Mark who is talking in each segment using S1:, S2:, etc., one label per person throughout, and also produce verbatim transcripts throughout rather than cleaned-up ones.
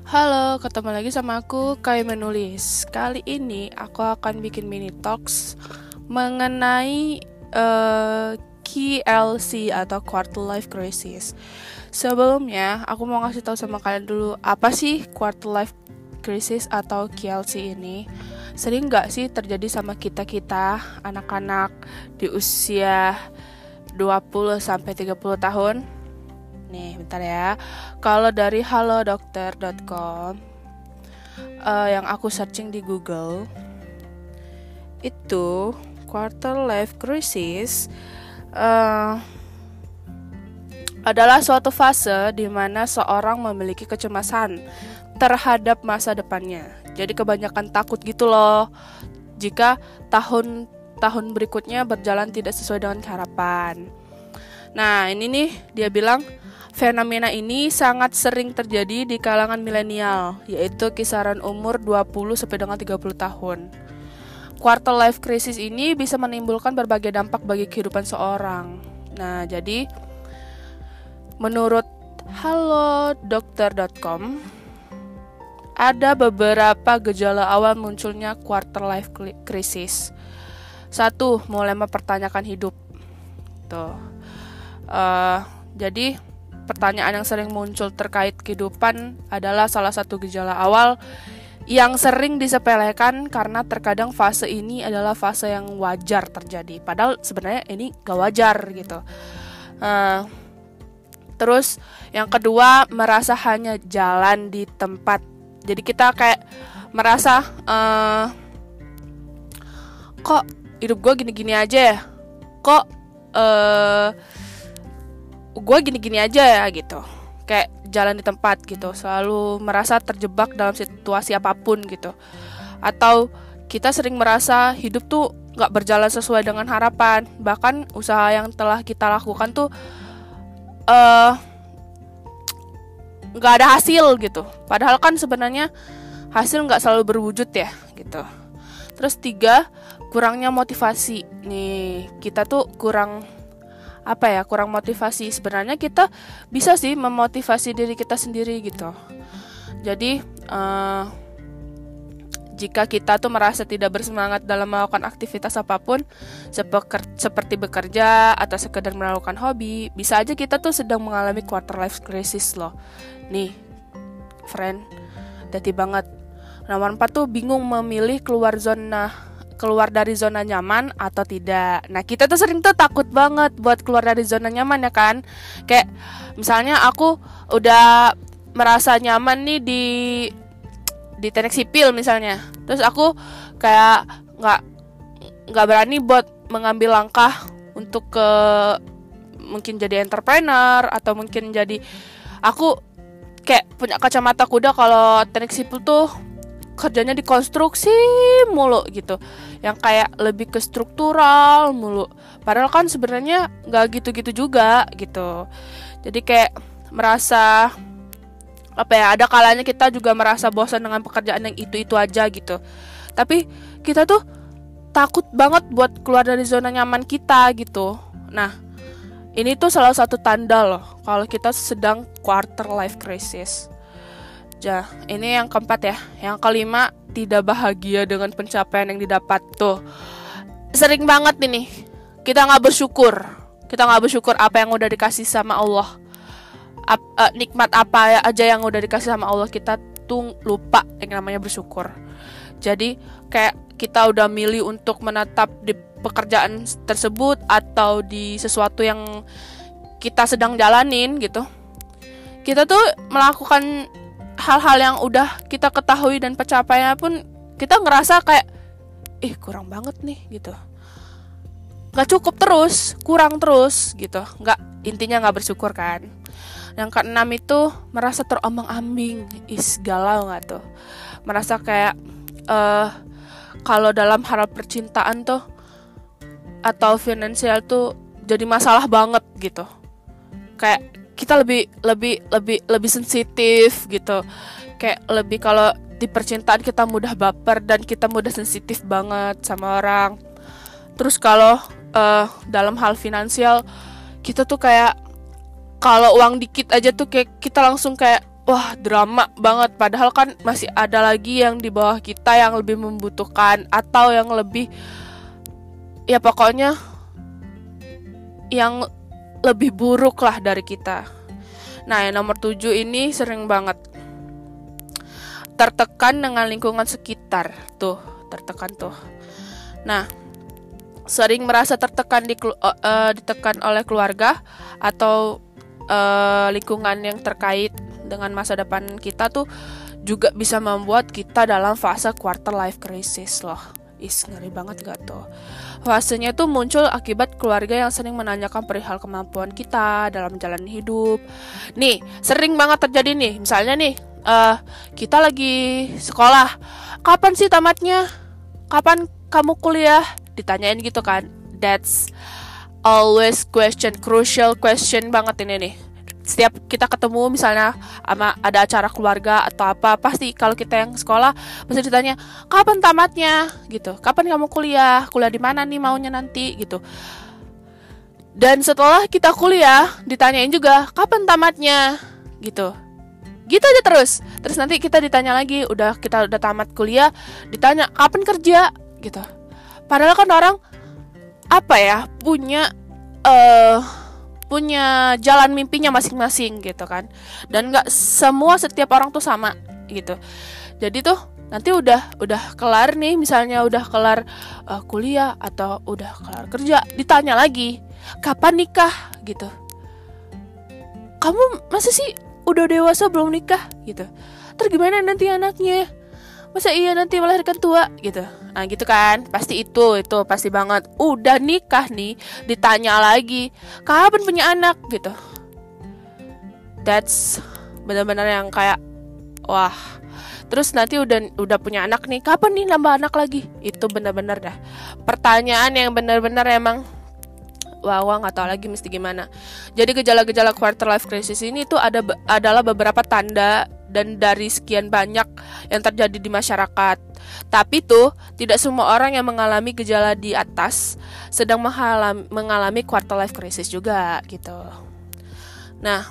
S1: Halo, ketemu lagi sama aku, Kai Menulis. Kali ini aku akan bikin mini talks mengenai uh, Q L C atau Quarter Life Crisis. Sebelumnya, aku mau ngasih tahu sama kalian dulu, apa sih Quarter Life Crisis atau Q L C ini? Sering nggak sih terjadi sama kita-kita, anak-anak di usia dua puluh sampai tiga puluh tahun? Nih, bentar ya. Kalau dari halodokter dot com uh, yang aku searching di Google, itu quarter life crisis uh, adalah suatu fase di mana seorang memiliki kecemasan terhadap masa depannya. Jadi kebanyakan takut gitu loh jika tahun-tahun berikutnya berjalan tidak sesuai dengan harapan. Nah, ini nih dia bilang fenomena ini sangat sering terjadi di kalangan milenial, yaitu kisaran umur dua puluh sampai dengan tiga puluh tahun. Quarter life crisis ini bisa menimbulkan berbagai dampak bagi kehidupan seorang. Nah, jadi menurut halodokter dot com ada beberapa gejala awal munculnya quarter life crisis. Satu, mulai mempertanyakan hidup. Tuh. Uh, jadi pertanyaan yang sering muncul terkait kehidupan adalah salah satu gejala awal yang sering disepelekan karena terkadang fase ini adalah fase yang wajar terjadi. Padahal sebenarnya ini gak wajar gitu. Uh, terus yang kedua, merasa hanya jalan di tempat. Jadi kita kayak merasa uh, kok hidup gue gini-gini aja ya? Kok uh, gue gini-gini aja ya gitu, kayak jalan di tempat gitu, selalu merasa terjebak dalam situasi apapun gitu. Atau kita sering merasa hidup tuh gak berjalan sesuai dengan harapan, bahkan usaha yang telah kita lakukan tuh uh, gak ada hasil gitu, padahal kan sebenarnya hasil gak selalu berwujud ya gitu. Terus tiga, kurangnya motivasi. Nih, kita tuh kurang apa ya, kurang motivasi. Sebenarnya kita bisa sih memotivasi diri kita sendiri gitu. Jadi uh, jika kita tuh merasa tidak bersemangat dalam melakukan aktivitas apapun, sepeker, seperti bekerja atau sekedar melakukan hobi, bisa aja kita tuh sedang mengalami quarter life crisis loh. Nih, friend, hati banget. Nomor empat tuh bingung memilih keluar zona keluar dari zona nyaman atau tidak. Nah, kita tuh sering tuh takut banget buat keluar dari zona nyaman ya kan. Kayak misalnya aku udah merasa nyaman nih di di teknik sipil misalnya. Terus aku kayak nggak nggak berani buat mengambil langkah untuk ke mungkin jadi entrepreneur atau mungkin jadi, aku kayak punya kacamata kuda kalau teknik sipil tuh kerjanya di konstruksi mulu gitu, yang kayak lebih ke struktural mulu. Padahal kan sebenarnya nggak gitu-gitu juga gitu. Jadi kayak merasa apa ya, ada kalanya kita juga merasa bosan dengan pekerjaan yang itu-itu aja gitu. Tapi kita tuh takut banget buat keluar dari zona nyaman kita gitu. Nah, ini tuh salah satu tanda loh kalau kita sedang quarter life crisis. Ja, ini yang keempat ya. Yang kelima, tidak bahagia dengan pencapaian yang didapat. Tuh, sering banget ini kita gak bersyukur. Kita gak bersyukur apa yang udah dikasih sama Allah. Ap, uh, Nikmat apa aja yang udah dikasih sama Allah, kita tuh lupa yang namanya bersyukur. Jadi kayak kita udah milih untuk menetap di pekerjaan tersebut atau di sesuatu yang kita sedang jalanin gitu. Kita tuh melakukan hal-hal yang udah kita ketahui dan pencapaiannya pun kita ngerasa kayak ih kurang banget nih gitu, nggak cukup terus, kurang terus gitu, nggak, intinya nggak bersyukur kan. Yang keenam itu merasa terombang-ambing, is galau nggak tuh, merasa kayak uh, kalau dalam hal percintaan tuh atau finansial tuh jadi masalah banget gitu, kayak kita lebih lebih lebih lebih sensitif gitu. Kayak lebih kalau di percintaan kita mudah baper dan kita mudah sensitif banget sama orang. Terus kalau uh, dalam hal finansial kita tuh kayak kalau uang dikit aja tuh kayak kita langsung kayak wah drama banget, padahal kan masih ada lagi yang di bawah kita yang lebih membutuhkan atau yang lebih, ya pokoknya yang lebih buruk lah dari kita. Nah, yang nomor tujuh ini sering banget tertekan dengan lingkungan sekitar. Tuh, tertekan tuh. Nah, sering merasa tertekan di, uh, ditekan oleh keluarga atau uh, lingkungan yang terkait dengan masa depan kita tuh juga bisa membuat kita dalam fase quarter life crisis loh. Is, ngeri banget gak tuh? Fasenya tuh muncul akibat keluarga yang sering menanyakan perihal kemampuan kita dalam menjalani hidup. Nih, sering banget terjadi nih. Misalnya nih, uh, kita lagi sekolah, kapan sih tamatnya? Kapan kamu kuliah? Ditanyain gitu kan. That's always question, crucial question banget ini nih. Setiap kita ketemu misalnya sama ada acara keluarga atau apa, pasti kalau kita yang sekolah pasti ditanya, kapan tamatnya gitu, kapan kamu kuliah, kuliah di mana nih maunya nanti gitu. Dan setelah kita kuliah ditanyain juga kapan tamatnya gitu, gitu aja terus. Terus nanti kita ditanya lagi, udah kita udah tamat kuliah, ditanya kapan kerja gitu. Padahal kan orang apa ya punya uh, punya jalan mimpinya masing-masing gitu kan, dan nggak semua setiap orang tuh sama gitu. Jadi tuh nanti udah udah kelar nih, misalnya udah kelar uh, kuliah atau udah kelar kerja, ditanya lagi kapan nikah gitu. Kamu masa sih udah dewasa belum nikah gitu? Terus gimana nanti anaknya? Masa iya nanti melahirkan tua gitu? Nah gitu kan, pasti itu, itu pasti banget. Udah nikah nih, ditanya lagi kapan punya anak gitu. That's benar-benar yang kayak wah. Terus nanti udah udah punya anak nih, kapan nih nambah anak lagi? Itu benar-benar dah pertanyaan yang benar-benar emang wah, wah nggak tahu lagi mesti gimana. Jadi gejala-gejala quarter life crisis ini tuh ada adalah beberapa tanda dan dari sekian banyak yang terjadi di masyarakat. Tapi tuh tidak semua orang yang mengalami gejala di atas sedang mengalami, mengalami quarter life crisis juga gitu. Nah,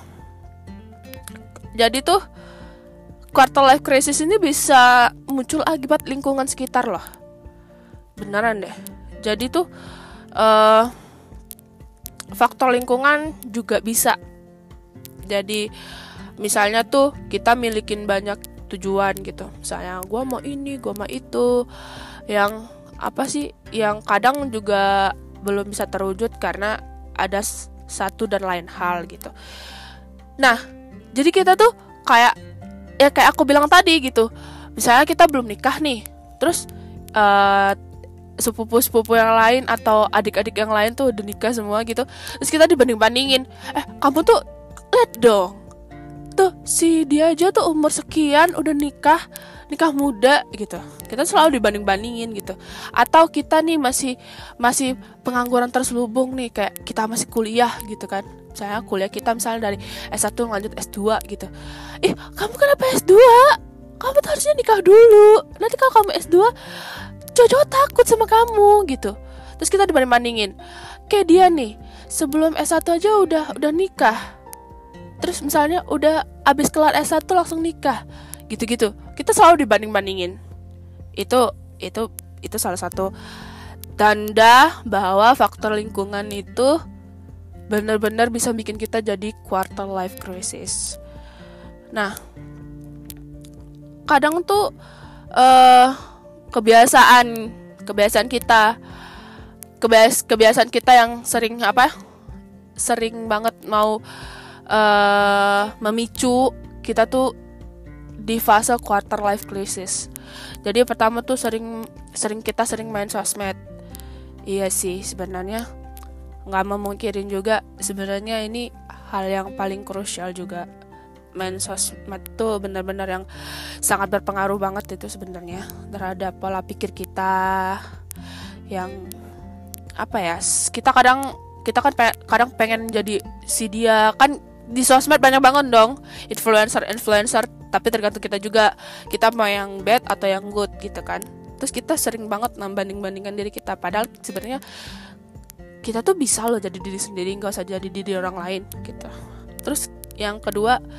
S1: jadi tuh quarter life crisis ini bisa muncul akibat lingkungan sekitar loh. Beneran deh. Jadi tuh uh, faktor lingkungan juga bisa. Jadi misalnya tuh kita milikin banyak tujuan gitu. Misalnya gue mau ini, gue mau itu. Yang apa sih, yang kadang juga belum bisa terwujud karena ada satu dan lain hal gitu. Nah, jadi kita tuh kayak ya kayak aku bilang tadi gitu. Misalnya kita belum nikah nih, terus uh, sepupu-sepupu yang lain atau adik-adik yang lain tuh udah nikah semua gitu. Terus kita dibanding-bandingin, eh kamu tuh lihat dong, tuh si dia aja tuh umur sekian udah nikah, nikah muda gitu. Kita selalu dibanding-bandingin gitu. Atau kita nih masih masih pengangguran terselubung nih, kayak kita masih kuliah gitu kan. Misalnya kuliah kita misalnya dari S satu lanjut S dua gitu. Ih, kamu kenapa S dua? Kamu tuh harusnya nikah dulu. Nanti kalau kamu S dua cowok takut sama kamu gitu. Terus kita dibanding-bandingin. Kayak dia nih, sebelum S satu aja udah udah nikah. Terus misalnya udah abis kelar S satu langsung nikah. Gitu-gitu. Kita selalu dibanding-bandingin. Itu itu itu salah satu tanda bahwa faktor lingkungan itu benar-benar bisa bikin kita jadi quarter life crisis. Nah, kadang tuh uh, kebiasaan kebiasaan kita kebias kebiasaan kita yang sering apa sering banget mau uh, memicu kita tuh di fase quarter life crisis. Jadi pertama tuh sering sering kita sering main sosmed. Iya sih, sebenarnya nggak memungkirin juga, sebenarnya ini hal yang paling krusial juga. Main sosmed tuh benar-benar yang sangat berpengaruh banget itu sebenarnya terhadap pola pikir kita. Yang apa ya, kita kadang kita kan pe- kadang pengen jadi si dia kan. Di sosmed banyak banget dong influencer-influencer, tapi tergantung kita juga, kita mau yang bad atau yang good gitu kan. Terus kita sering banget nambanding-bandingkan diri kita, padahal sebenarnya kita tuh bisa loh jadi diri sendiri, nggak usah jadi diri orang lain gitu. Terus yang kedua,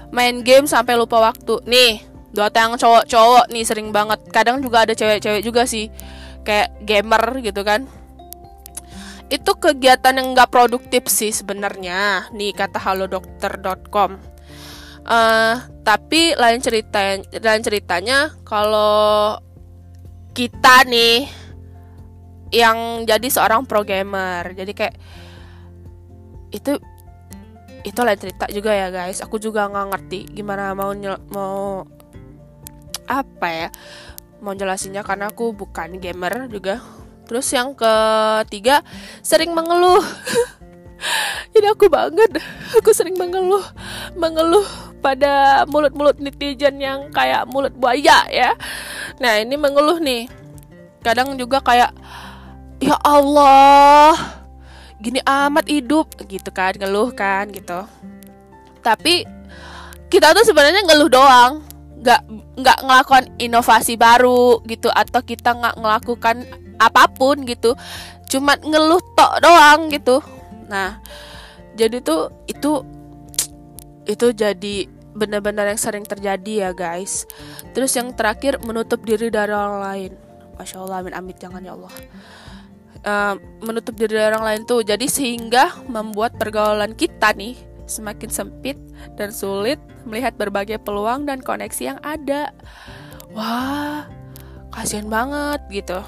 S1: main game sampai lupa waktu. Nih, Dota yang cowok-cowok nih sering banget. Kadang juga ada cewek-cewek juga sih, kayak gamer gitu kan. Itu kegiatan yang nggak produktif sih sebenarnya. Nih kata halodokter dot com. Uh, tapi lain cerita, lain ceritanya kalau kita nih yang jadi seorang pro gamer, jadi kayak itu itu lain cerita juga ya guys. Aku juga nggak ngerti gimana mau nyel, mau apa ya mau jelasinnya karena aku bukan gamer juga. Terus yang ketiga, sering mengeluh. Ini aku banget, aku sering mengeluh, mengeluh pada mulut-mulut netizen yang kayak mulut buaya ya. Nah ini mengeluh nih, kadang juga kayak ya Allah, gini amat hidup gitu kan, ngeluh kan gitu. Tapi kita tuh sebenarnya ngeluh doang, nggak nggak ngelakukan inovasi baru gitu, atau kita nggak ngelakukan apapun gitu, cuma ngeluh tok doang gitu. Nah, jadi tuh itu itu jadi benar-benar yang sering terjadi ya guys. Terus yang terakhir, menutup diri dari orang lain. Masya Allah, amin amit, jangan ya Allah. Uh, menutup diri dari orang lain tuh jadi sehingga membuat pergaulan kita nih semakin sempit dan sulit melihat berbagai peluang dan koneksi yang ada. Wah, kasihan banget gitu.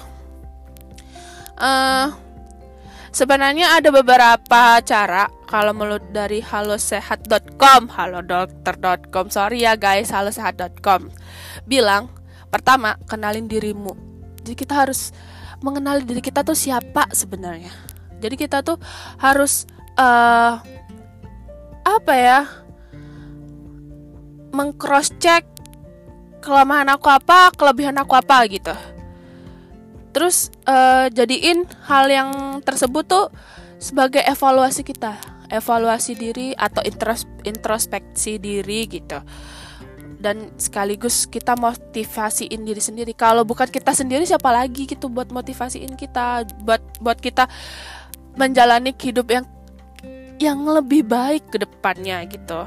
S1: Uh, Sebenarnya ada beberapa cara kalau menurut dari halosehat dot com, halodokter dot com, sorry ya guys, halosehat dot com bilang, pertama, kenalin dirimu. Jadi kita harus mengenali diri kita tuh siapa sebenarnya. Jadi kita tuh harus uh, apa ya, meng-cross check kelemahan aku apa, kelebihan aku apa gitu. Terus uh, jadiin hal yang tersebut tuh sebagai evaluasi kita, evaluasi diri atau intros- introspeksi diri gitu. Dan sekaligus kita motivasiin diri sendiri. Kalau bukan kita sendiri siapa lagi gitu buat motivasiin kita, buat buat kita menjalani hidup yang yang lebih baik ke depannya gitu.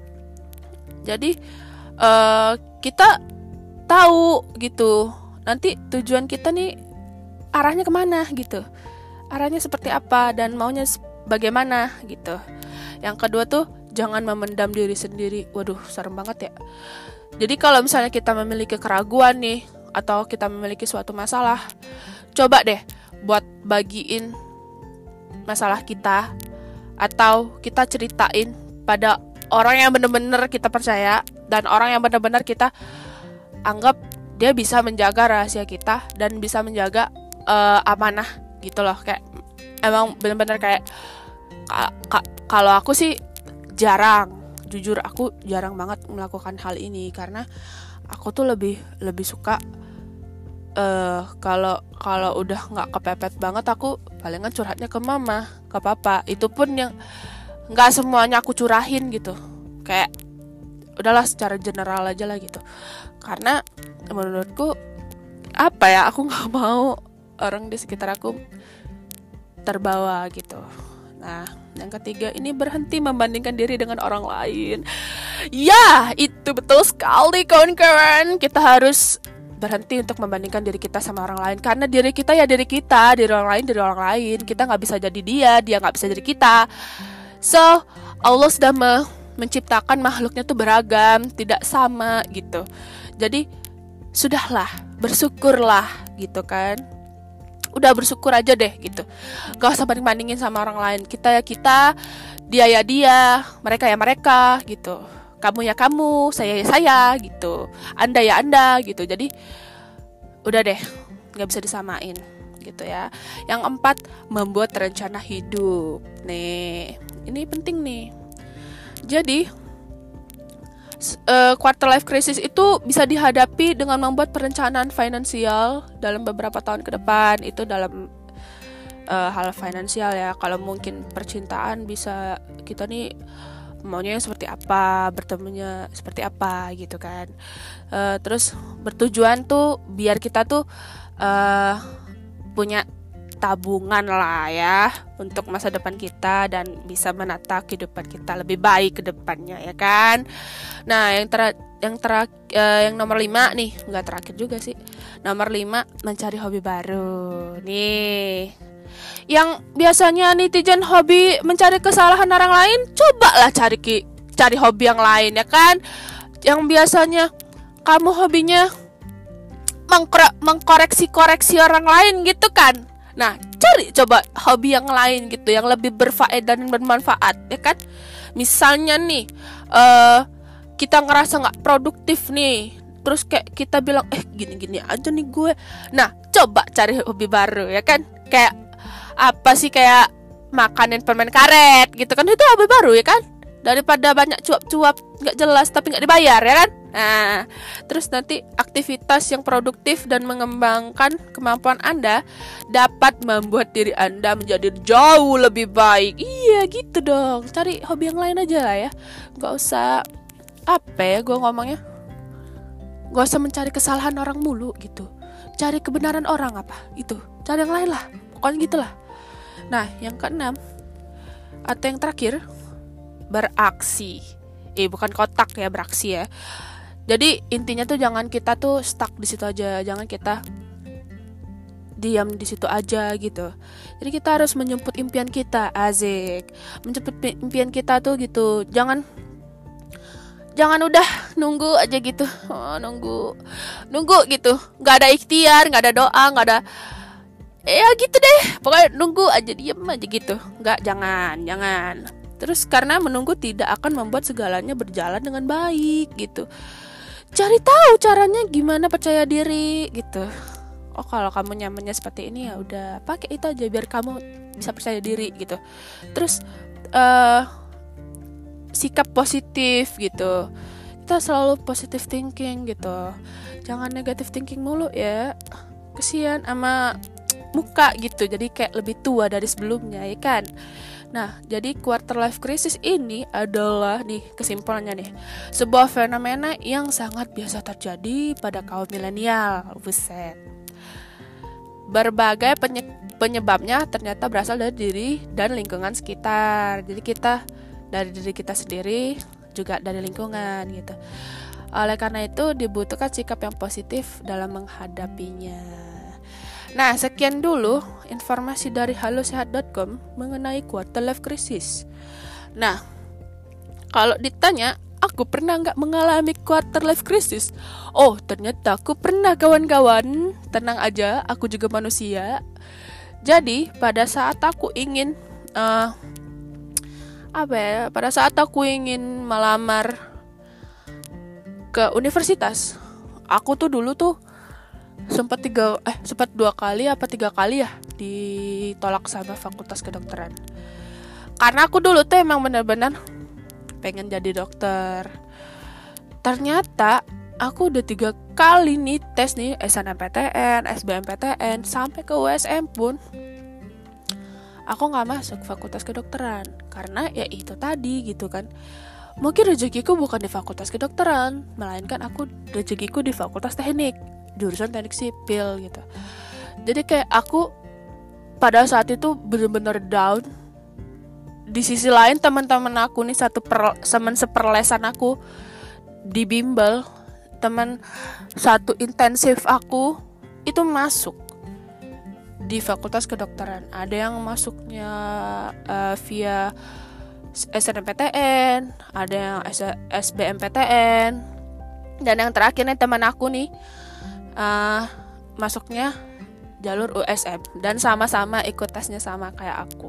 S1: Jadi uh, kita tahu gitu nanti tujuan kita nih arahnya kemana gitu, arahnya seperti apa dan maunya bagaimana gitu. Yang kedua tuh jangan memendam diri sendiri. Waduh, serem banget ya. Jadi kalau misalnya kita memiliki keraguan nih, atau kita memiliki suatu masalah, coba deh buat bagiin masalah kita, atau kita ceritain pada orang yang benar-benar kita percaya, dan orang yang benar-benar kita anggap dia bisa menjaga rahasia kita dan bisa menjaga uh, amanah gitu loh. Kayak emang benar-benar kayak ka- ka- kalau aku sih jarang, jujur aku jarang banget melakukan hal ini karena aku tuh lebih lebih suka uh, kalau kalau udah nggak kepepet banget aku palingan curhatnya ke mama, ke papa. Itu pun yang nggak semuanya aku curahin gitu, kayak udahlah secara general aja lah gitu. Karena menurutku apa ya, aku nggak mau orang di sekitar aku terbawa gitu. Nah, yang ketiga ini berhenti membandingkan diri dengan orang lain. Ya, itu betul sekali kawan-kawan. Kita harus berhenti untuk membandingkan diri kita sama orang lain. Karena diri kita ya diri kita, diri orang lain diri orang lain. Kita gak bisa jadi dia, dia gak bisa jadi kita. So, Allah sudah me- menciptakan makhluknya tuh beragam, tidak sama gitu. Jadi, sudahlah, bersyukurlah gitu kan. Udah bersyukur aja deh gitu. Gak usah banding-bandingin sama orang lain. Kita ya kita, dia ya dia, mereka ya mereka gitu. Kamu ya kamu, saya ya saya gitu. Anda ya anda gitu. Jadi udah deh, gak bisa disamain gitu ya. Yang empat, membuat rencana hidup. Nih, ini penting nih. Jadi Uh, quarter life crisis itu bisa dihadapi dengan membuat perencanaan finansial dalam beberapa tahun ke depan. Itu dalam uh, hal finansial ya. Kalau mungkin percintaan bisa kita nih maunya yang seperti apa, bertemunya seperti apa gitu kan. Uh, terus bertujuan tuh biar kita tuh uh, punya tabungan lah ya untuk masa depan kita dan bisa menata kehidupan kita lebih baik ke depannya, ya kan. Nah, yang ter yang ter uh, yang nomor lima nih, nggak terakhir juga sih. Nomor lima, mencari hobi baru. Nih, yang biasanya netizen hobi mencari kesalahan orang lain, cobalah cari ki, cari hobi yang lain, ya kan. Yang biasanya kamu hobinya mengkoreksi-koreksi orang lain gitu kan. Nah, cari coba hobi yang lain gitu, yang lebih berfaedah dan bermanfaat, ya kan. Misalnya nih, uh, kita ngerasa nggak produktif nih, terus kayak kita bilang, eh gini-gini aja nih gue. Nah, coba cari hobi baru, ya kan. Kayak apa sih, kayak makanin permen karet gitu kan, itu hobi baru, ya kan. Daripada banyak cuap-cuap nggak jelas tapi nggak dibayar, ya kan. Nah, terus nanti aktivitas yang produktif dan mengembangkan kemampuan Anda dapat membuat diri Anda menjadi jauh lebih baik. Iya gitu dong, cari hobi yang lain aja lah ya. Gak usah, apa ya gue ngomongnya, gak usah mencari kesalahan orang mulu gitu. Cari kebenaran orang apa, itu, cari yang lain lah, pokoknya gitulah. Nah, yang keenam atau yang terakhir, beraksi. Eh bukan kotak ya, beraksi ya. Jadi intinya tuh jangan kita tuh stuck di situ aja, jangan kita diam di situ aja gitu. Jadi kita harus menjemput impian kita, asik. Menjemput impian kita tuh gitu. Jangan jangan udah nunggu aja gitu. Oh, nunggu. Nunggu gitu. Enggak ada ikhtiar, enggak ada doa, enggak ada ya gitu deh. Pokoknya nunggu aja, diam aja gitu. Enggak, jangan, jangan. Terus karena menunggu tidak akan membuat segalanya berjalan dengan baik gitu. Cari tahu caranya gimana percaya diri gitu. Oh, kalau kamu nyamannya seperti ini ya udah pakai itu aja biar kamu bisa percaya diri gitu. Terus uh, sikap positif gitu. Kita selalu positive thinking gitu. Jangan negative thinking mulu ya. Kesian sama muka gitu. Jadi kayak lebih tua dari sebelumnya, ya kan. Nah, jadi quarter life crisis ini adalah nih kesimpulannya nih, sebuah fenomena yang sangat biasa terjadi pada kaum milenial. Buset. Berbagai penye- penyebabnya ternyata berasal dari diri dan lingkungan sekitar. Jadi kita dari diri kita sendiri, juga dari lingkungan gitu. Oleh karena itu dibutuhkan sikap yang positif dalam menghadapinya. Nah, sekian dulu informasi dari halo sehat dot com mengenai quarter life crisis. Nah, kalau ditanya, aku pernah nggak mengalami quarter life crisis? Oh, ternyata aku pernah, kawan-kawan. Tenang aja, aku juga manusia. Jadi, pada saat aku ingin, uh, apa ya? Pada saat aku ingin melamar ke universitas, aku tuh dulu tuh sempat tiga eh sempat dua kali apa tiga kali ya ditolak sama fakultas kedokteran. Karena aku dulu tuh emang benar-benar pengen jadi dokter. Ternyata aku udah tiga kali nih tes nih S N M P T N, S B M P T N, sampai ke U S M pun aku nggak masuk fakultas kedokteran karena ya itu tadi gitu kan. Mungkin rezekiku bukan di fakultas kedokteran, melainkan aku rezekiku di fakultas teknik, jurusan teknik sipil gitu. Jadi kayak aku pada saat itu benar-benar down. Di sisi lain teman-teman aku nih satu per, teman seperlesan aku di bimbel, teman satu intensif aku itu masuk di fakultas kedokteran. Ada yang masuknya uh, via S N M P T N, ada yang S B M P T N, dan yang terakhir nih teman aku nih Uh, masuknya jalur U S M dan sama-sama ikut tesnya sama kayak aku.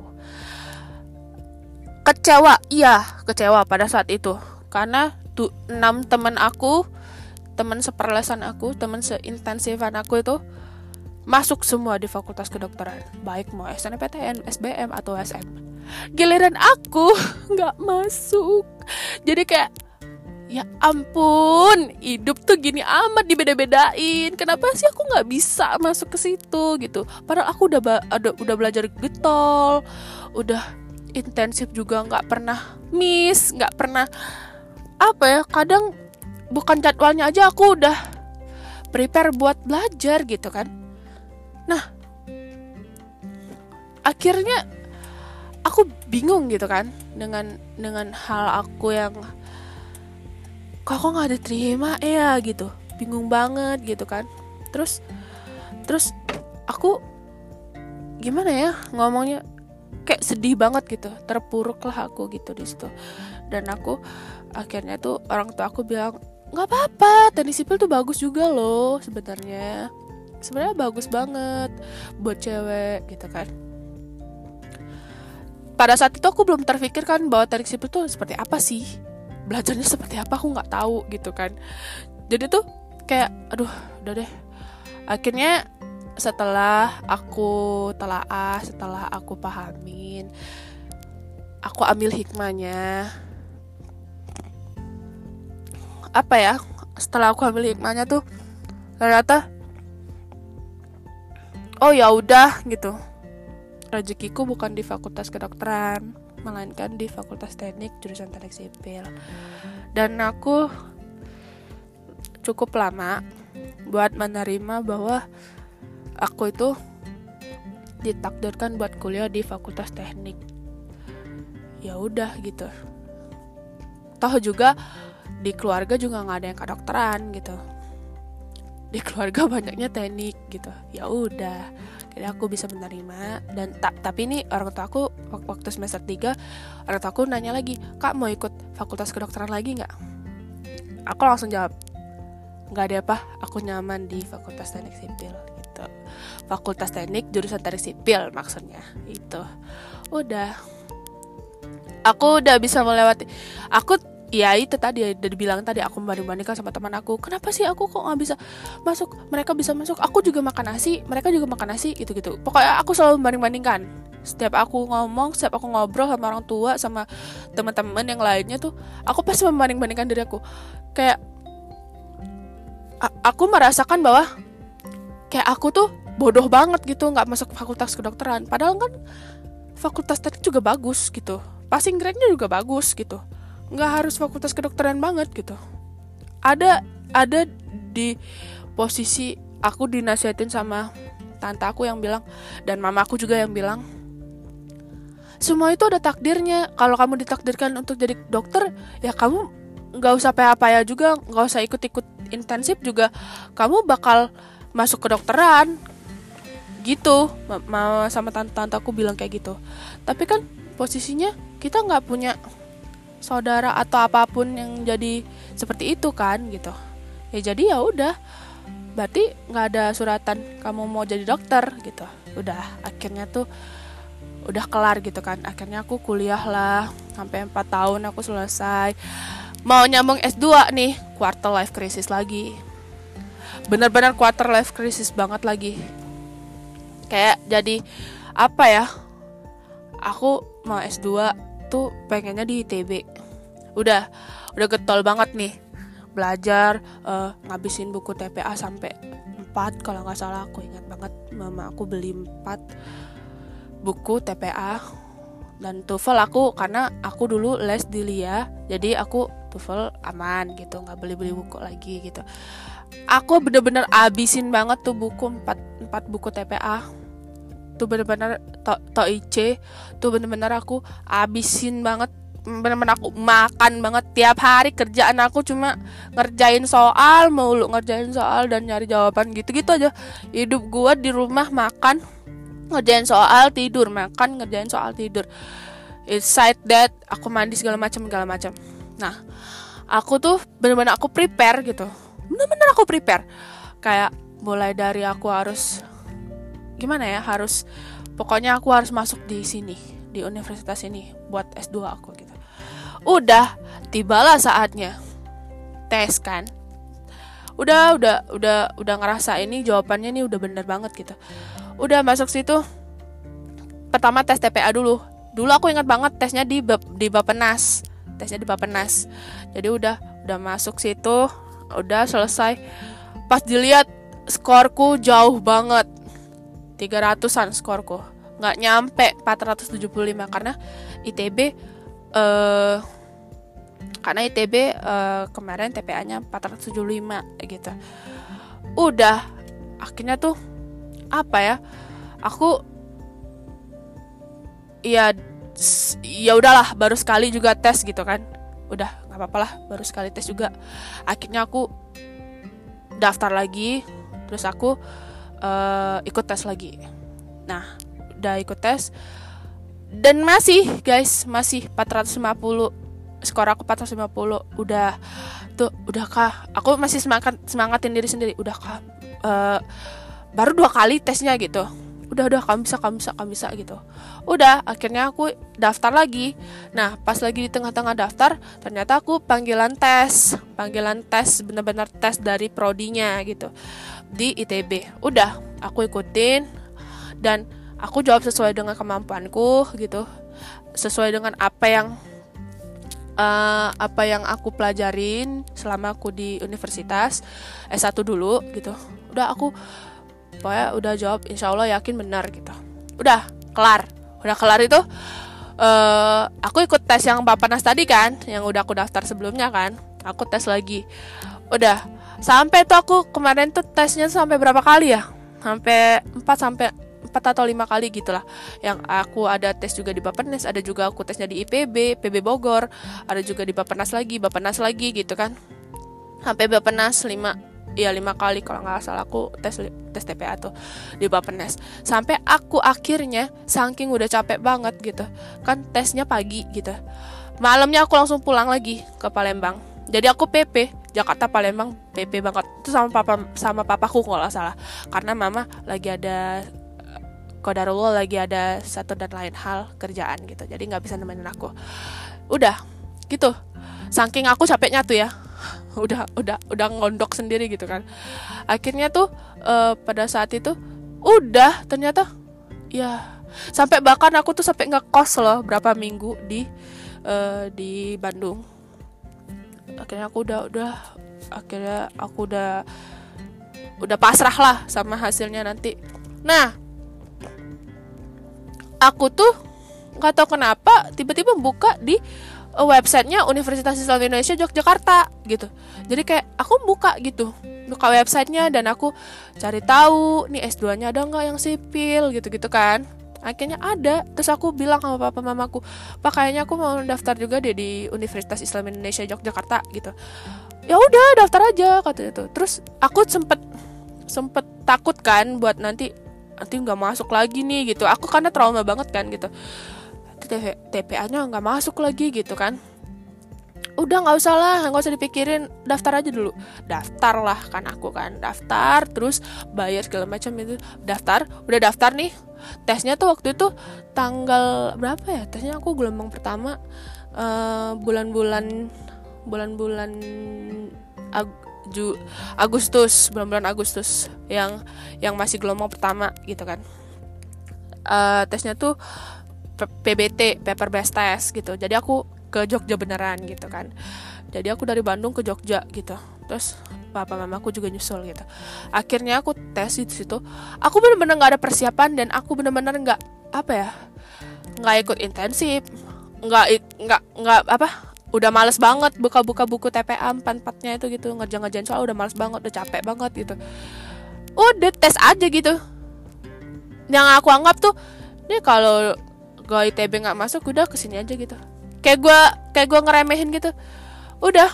S1: Kecewa, iya kecewa pada saat itu karena tuh enam teman aku, teman seperlesan aku, teman seintensifan aku itu masuk semua di fakultas kedokteran, baik mau S N M P T N, S B M atau U S M. Giliran aku nggak masuk, jadi kayak ya ampun, hidup tuh gini amat dibeda-bedain. Kenapa sih aku nggak bisa masuk ke situ gitu? Padahal aku udah ba- ada, udah belajar getol, udah intensif juga, nggak pernah miss, nggak pernah apa ya. Kadang bukan jadwalnya aja aku udah prepare buat belajar gitu kan. Nah, akhirnya aku bingung gitu kan dengan dengan hal aku yang kok aku nggak diterima ya gitu, bingung banget gitu kan. Terus terus aku gimana ya ngomongnya, kayak sedih banget gitu, terpuruk lah aku gitu di situ. Dan aku akhirnya tuh orang tua aku bilang, nggak apa-apa, teknik sipil tuh bagus juga loh sebenarnya, sebenarnya bagus banget buat cewek gitu kan. Pada saat itu aku belum terfikirkan bahwa teknik sipil tuh seperti apa sih, belajarnya seperti apa, aku nggak tahu gitu kan. Jadi tuh kayak aduh udah deh. Akhirnya setelah aku telaah, setelah aku pahamin, aku ambil hikmahnya. Apa ya, setelah aku ambil hikmahnya tuh ternyata oh ya udah gitu, rezekiku bukan di fakultas kedokteran, melainkan di fakultas teknik jurusan teknik sipil. Dan aku cukup lama buat menerima bahwa aku itu ditakdirkan buat kuliah di fakultas teknik. Ya udah gitu. Toh juga di keluarga juga nggak ada yang kedokteran gitu. Di keluarga banyaknya teknik gitu. Ya udah. Jadi aku bisa menerima. Dan ta- tapi ini orang tua aku waktu semester tiga, orang tua aku nanya lagi, "Kak mau ikut fakultas kedokteran lagi nggak?" Aku langsung jawab, nggak ada apa, aku nyaman di fakultas teknik sipil gitu. Fakultas teknik jurusan teknik sipil maksudnya itu. Udah, aku udah bisa melewati. Aku ya itu tadi udah dibilang tadi, aku membanding-bandingkan sama teman aku, kenapa sih aku kok nggak bisa masuk, mereka bisa masuk, aku juga makan nasi, mereka juga makan nasi, gitu-gitu. Pokoknya aku selalu membanding-bandingkan. Setiap aku ngomong, setiap aku ngobrol sama orang tua, sama teman-teman yang lainnya tuh, aku pasti membanding-bandingkan diri aku. Kayak a- aku merasakan bahwa kayak aku tuh bodoh banget gitu nggak masuk fakultas kedokteran. Padahal kan fakultas teknik juga bagus gitu, passing grade-nya juga bagus gitu. Nggak harus fakultas kedokteran banget gitu. Ada ada di posisi aku dinasihatin sama tante aku yang bilang, dan mama aku juga yang bilang, semua itu ada takdirnya. Kalau kamu ditakdirkan untuk jadi dokter, ya kamu nggak usah payah-payah juga, nggak usah ikut-ikut intensif juga, kamu bakal masuk kedokteran gitu. Mama sama tante-tante aku bilang kayak gitu. Tapi kan posisinya kita nggak punya saudara atau apapun yang jadi seperti itu kan gitu. Ya jadi ya udah, berarti nggak ada suratan kamu mau jadi dokter gitu. Udah, akhirnya tuh udah kelar gitu kan. Akhirnya aku kuliah lah sampai empat tahun aku selesai. Mau nyambung S dua nih, quarter life crisis lagi. Bener-bener quarter life crisis banget lagi. Kayak jadi apa ya, aku mau S dua tuh pengennya di I T B. Udah, udah getol banget nih belajar, uh, ngabisin buku T P A sampai empat kalau nggak salah, aku ingat banget mama aku beli empat buku T P A. Dan TOEFL aku, karena aku dulu les di L I A, jadi aku TOEFL aman gitu, nggak beli-beli buku lagi gitu. Aku bener-bener abisin banget tuh buku empat, empat buku T P A. Tuh bener-bener to, to I C tuh bener-bener aku abisin banget, bener-bener aku makan banget. Tiap hari kerjaan aku cuma ngerjain soal mulu, ngerjain soal dan nyari jawaban, gitu-gitu aja hidup gue di rumah. Makan, ngerjain soal, tidur, makan, ngerjain soal, tidur. Inside that aku mandi segala macam segala macam. Nah, aku tuh bener-bener aku prepare gitu, bener-bener aku prepare. Kayak mulai dari aku harus gimana ya, harus pokoknya aku harus masuk di sini, di universitas ini buat S dua aku gitu. Udah, tibalah saatnya tes kan. Udah, udah, udah, udah ngerasa ini jawabannya nih udah bener banget gitu. Udah masuk situ. Pertama tes T P A dulu. Dulu aku ingat banget tesnya di di Bappenas. Tesnya di Bappenas. Jadi udah, udah masuk situ, udah selesai. Pas dilihat skorku jauh banget. tiga ratusan skorku, nggak nyampe empat ratus tujuh puluh lima karena I T B uh, karena I T B uh, kemarin T P A-nya empat ratus tujuh puluh lima gitu. Udah, akhirnya tuh apa ya, aku ya ya udahlah, baru sekali juga tes gitu kan, udah nggak apa-apa lah, baru sekali tes juga. Akhirnya aku daftar lagi, terus aku uh, ikut tes lagi. Nah udah ikut tes dan masih guys, masih empat ratus lima puluh, skor aku empat ratus lima puluh. Udah tuh, udah kah, aku masih semangat semangatin diri sendiri, udah kah, uh, baru dua kali tesnya gitu, udah udah kamu bisa kamu bisa kamu bisa gitu. Udah akhirnya aku daftar lagi. Nah pas lagi di tengah-tengah daftar, ternyata aku panggilan tes panggilan tes benar-benar tes dari prodinya gitu di I T B. Udah aku ikutin dan aku jawab sesuai dengan kemampuanku gitu, sesuai dengan apa yang uh, apa yang aku pelajarin selama aku di universitas S satu dulu gitu. Udah aku pokoknya udah jawab, insya Allah yakin benar gitu. Udah kelar, udah kelar itu uh, aku ikut tes yang Bapenas tadi kan, yang udah aku daftar sebelumnya kan, aku tes lagi. Udah sampai tuh aku kemarin tuh tesnya sampai berapa kali ya, sampai empat sampai empat atau lima kali gitulah. Yang aku ada tes juga di Bapenas, ada juga aku tesnya di I P B, P B Bogor, ada juga di Bapenas lagi, Bapenas lagi gitu kan. Sampai Bapenas lima, ya lima kali kalau nggak salah aku tes tes T P A tuh di Bapenas. Sampai aku akhirnya saking udah capek banget gitu kan, tesnya pagi gitu, malamnya aku langsung pulang lagi ke Palembang. Jadi aku P P Jakarta Palembang, P P banget itu sama papa sama papaku kalau nggak salah, karena mama lagi ada qadarullah, lagi ada satu dan lain hal kerjaan gitu, jadi nggak bisa nemenin aku. Udah gitu, saking aku capeknya tuh ya, udah udah udah ngondok sendiri gitu kan. Akhirnya tuh uh, pada saat itu udah ternyata ya, sampai bahkan aku tuh sampai ngekos loh berapa minggu di uh, di Bandung. Akhirnya aku udah udah akhirnya aku udah udah pasrah lah sama hasilnya nanti. Nah aku tuh nggak tahu kenapa tiba-tiba buka di websitenya Universitas Islam Indonesia Yogyakarta gitu. Jadi kayak aku buka gitu, buka websitenya dan aku cari tahu nih S dua-nya ada nggak yang sipil gitu-gitu kan. Akhirnya ada, terus aku bilang sama papa mamaku, "Pak, kayaknya aku mau daftar juga deh di Universitas Islam Indonesia Yogyakarta gitu." Ya udah daftar aja katanya tuh. Terus aku sempet sempet takut kan buat nanti nanti nggak masuk lagi nih gitu. Aku karena trauma banget kan gitu, T P A-nya nggak masuk lagi gitu kan. Udah nggak usah lah, nggak usah dipikirin, daftar aja dulu. Daftar lah kan aku kan, daftar terus bayar segala macam itu, daftar, udah daftar nih. Tesnya tuh waktu itu tanggal berapa ya? Tesnya aku gelombang pertama uh, bulan-bulan bulan-bulan Ag- Ju- Agustus, bulan-bulan Agustus yang yang masih gelombang pertama gitu kan. Uh, tesnya tuh P B T, paper based test gitu. Jadi aku ke Jogja beneran gitu kan. Jadi aku dari Bandung ke Jogja gitu. Terus papa mamaku juga nyusul gitu. Akhirnya aku tes di situ. Aku bener-bener nggak ada persiapan dan aku bener-bener nggak apa ya, nggak ikut intensif, nggak nggak nggak apa. Udah males banget buka-buka buku T P A empat-empatnya itu gitu, ngerjain-ngerjain soal udah males banget, udah capek banget gitu. Udah tes aja gitu. Yang aku anggap tuh, nih kalau gue I T B nggak masuk, udah kesini aja gitu. Kayak gue kayak gue ngeremehin gitu. Udah.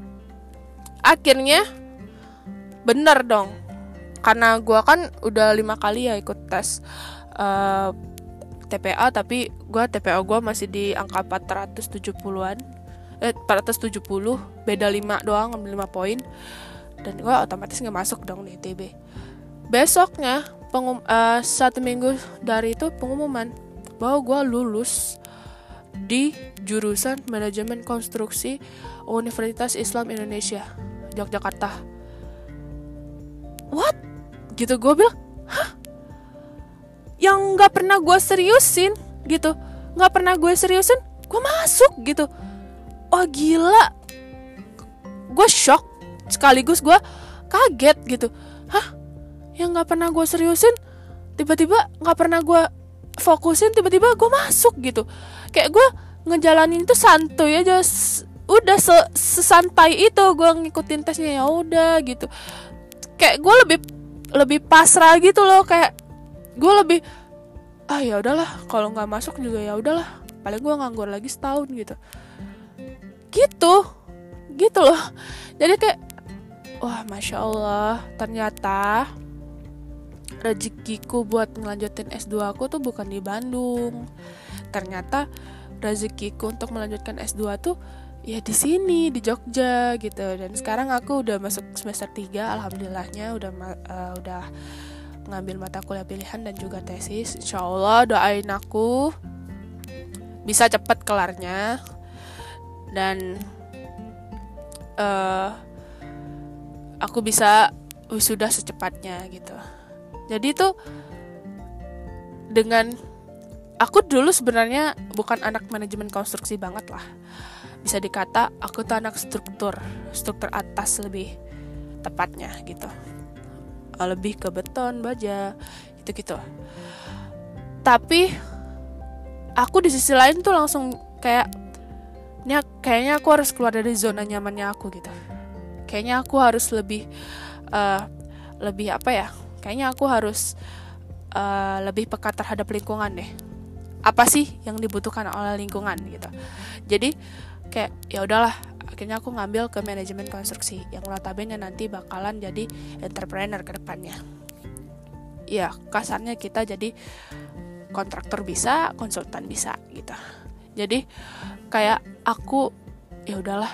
S1: Akhirnya bener dong. Karena gue kan udah lima kali ya ikut tes uh, T P A, tapi gue T P A gue masih di angka empat ratus tujuh puluhan. Eh, empat ratus tujuh puluh, beda lima doang, lima poin. Dan gue otomatis gak masuk dong di I T B. Besoknya pengum- uh, satu minggu dari itu pengumuman bahwa gue lulus di jurusan Manajemen Konstruksi Universitas Islam Indonesia Yogyakarta. What? Gitu gue bilang, hah? Yang gak pernah gue seriusin gitu, gak pernah gue seriusin, gue masuk gitu. Oh gila, gue shock sekaligus gue kaget gitu. Hah, yang nggak pernah gue seriusin, tiba-tiba nggak pernah gue fokusin, tiba-tiba gue masuk gitu. Kayak gue ngejalanin itu santuy aja, udah se- sesantai itu gue ngikutin tesnya, ya udah gitu. Kayak gue lebih lebih pasrah gitu loh, kayak gue lebih ah ya udahlah, kalau nggak masuk juga ya udahlah, paling gue nganggur lagi setahun gitu gitu gitu loh. Jadi kayak wah, masya Allah, ternyata rezekiku buat ngelanjutin S dua aku tuh bukan di Bandung. Ternyata rezekiku untuk melanjutkan S dua tuh ya di sini, di Jogja gitu. Dan sekarang aku udah masuk semester tiga, alhamdulillahnya udah uh, udah ngambil mata kuliah pilihan dan juga tesis. Insya Allah doain aku bisa cepet kelarnya dan uh, aku bisa wisuda secepatnya gitu. Jadi tuh dengan aku dulu sebenarnya bukan anak manajemen konstruksi banget lah. Bisa dikata aku tuh anak struktur, struktur atas lebih tepatnya gitu. Lebih ke beton, baja, gitu-gitu. Tapi aku di sisi lain tuh langsung kayak ini kayaknya aku harus keluar dari zona nyamannya aku gitu. Kayaknya aku harus lebih uh, lebih apa ya? Kayaknya aku harus uh, lebih peka terhadap lingkungan deh. Apa sih yang dibutuhkan oleh lingkungan gitu. Jadi kayak ya udahlah, akhirnya aku ngambil ke manajemen konstruksi yang notabene nanti bakalan jadi entrepreneur ke depannya. Ya, kasarnya kita jadi kontraktor bisa, konsultan bisa gitu. Jadi kayak aku ya udahlah,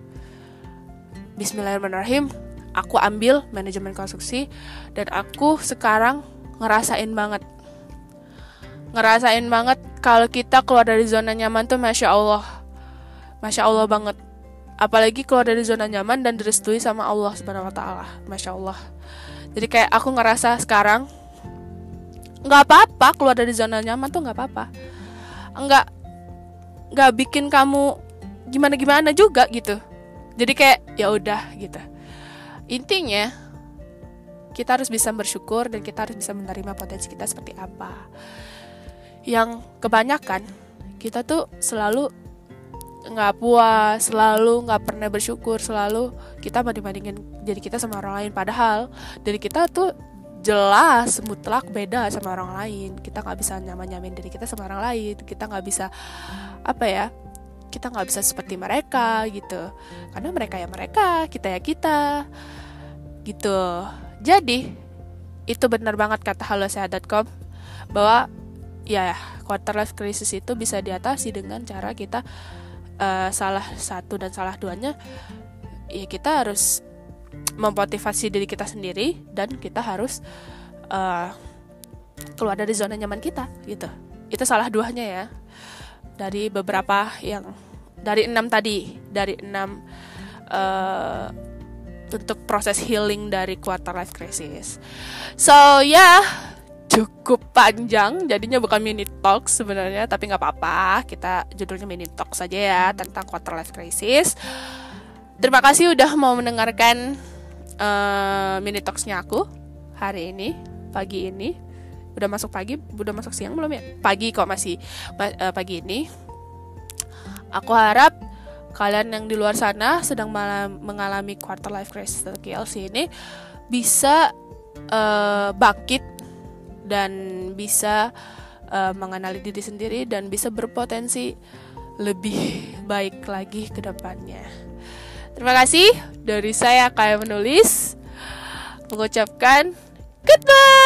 S1: bismillahirrahmanirrahim, aku ambil manajemen konstruksi dan aku sekarang ngerasain banget ngerasain banget kalau kita keluar dari zona nyaman tuh masya Allah masya Allah banget. Apalagi keluar dari zona nyaman dan direstui sama Allah subhanahu wa ta'ala, masya Allah. Jadi kayak aku ngerasa sekarang nggak apa-apa keluar dari zona nyaman tuh, nggak apa-apa, nggak nggak bikin kamu gimana-gimana juga gitu. Jadi kayak ya udah gitu. Intinya kita harus bisa bersyukur dan kita harus bisa menerima potensi kita seperti apa. Yang kebanyakan kita tuh selalu nggak puas, selalu nggak pernah bersyukur, selalu kita banding-bandingin diri kita sama orang lain. Padahal diri kita tuh jelas mutlak beda sama orang lain. Kita nggak bisa nyaman-nyamain diri kita sama orang lain. Kita nggak bisa apa ya? Kita nggak bisa seperti mereka gitu. Karena mereka ya mereka, kita ya kita gitu. Jadi itu benar banget kata halosehat dot com bahwa ya quarter life crisis itu bisa diatasi dengan cara kita uh, salah satu dan salah duanya ya kita harus memotivasi diri kita sendiri dan kita harus uh, keluar dari zona nyaman kita gitu. Itu salah duanya ya. Dari beberapa yang dari enam tadi, dari enam uh, untuk proses healing dari quarter life crisis. So ya yeah, cukup panjang, jadinya bukan mini talk sebenarnya, tapi nggak apa-apa, kita judulnya mini talk saja ya tentang quarter life crisis. Terima kasih udah mau mendengarkan uh, mini talksnya aku hari ini, pagi ini. Udah masuk pagi, udah masuk siang belum ya? Pagi kok masih uh, pagi ini. Aku harap kalian yang di luar sana sedang malam mengalami quarter life crisis Q L C ini bisa uh, bangkit dan bisa uh, mengenali diri sendiri dan bisa berpotensi lebih baik lagi ke depannya. Terima kasih dari saya Kaya Menulis mengucapkan goodbye.